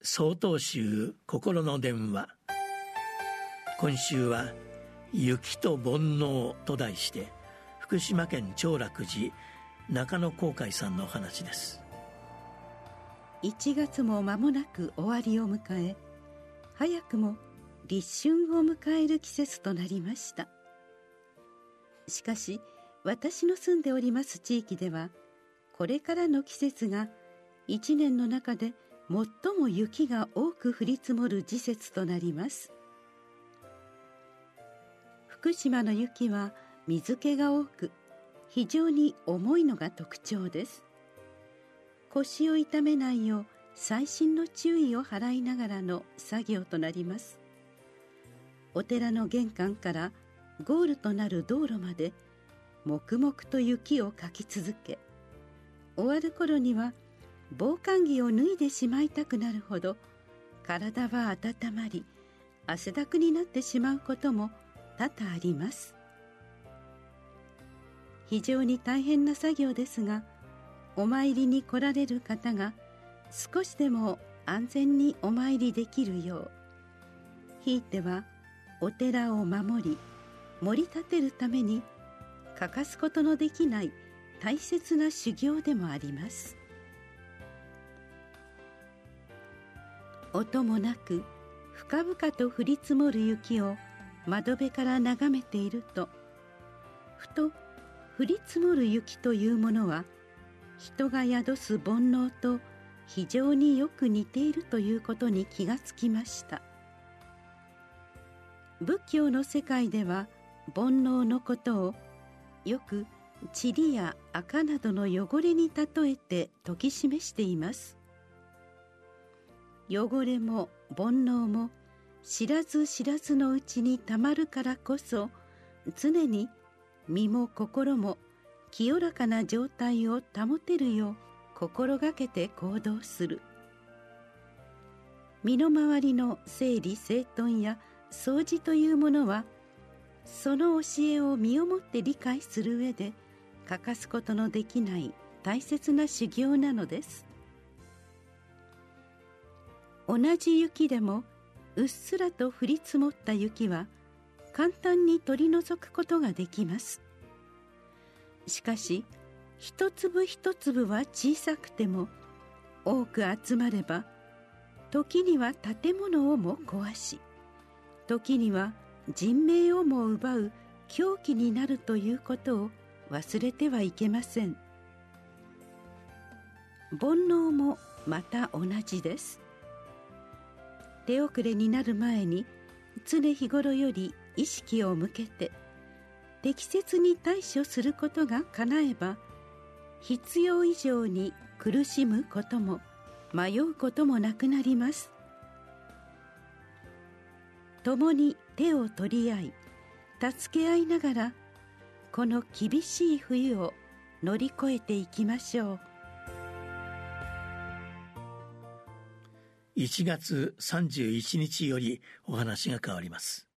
総統集心の電話。今週は雪と煩悩と題して、福島県長楽寺中野航海さんのお話です。 1月も間もなく終わりを迎え、早くも立春を迎える季節となりました。しかし私の住んでおります地域では、これからの季節が一年の中で最も雪が多く降り積もる時節となります。福島の雪は水気が多く、非常に重いのが特徴です。腰を痛めないよう細心の注意を払いながらの作業となります。お寺の玄関からゴールとなる道路まで黙々と雪をかき続け、終わる頃には防寒着を脱いでしまいたくなるほど体は温まり、汗だくになってしまうことも多々あります。非常に大変な作業ですが、お参りに来られる方が少しでも安全にお参りできるよう、ひいてはお寺を守り盛り立てるために欠かすことのできない大切な修行でもあります。音もなく深々と降り積もる雪を窓辺から眺めていると、ふと降り積もる雪というものは人が宿す煩悩と非常によく似ているということに気がつきました。仏教の世界では煩悩のことをよく塵や垢などの汚れに例えて説き示しています。汚れも煩悩も知らず知らずのうちにたまるからこそ、常に身も心も清らかな状態を保てるよう心がけて行動する。身の回りの整理整頓や掃除というものは、その教えを身をもって理解する上で欠かすことのできない大切な修行なのです。同じ雪でもうっすらと降り積もった雪は簡単に取り除くことができます。しかし一粒一粒は小さくても多く集まれば、時には建物をも壊し、時には人命をも奪う凶器になるということを忘れてはいけません。煩悩もまた同じです。手遅れになる前に常日頃より意識を向けて適切に対処することが叶えば、必要以上に苦しむことも迷うこともなくなります。共に手を取り合い助け合いながら、この厳しい冬を乗り越えていきましょう。 1月31日よりお話が変わります。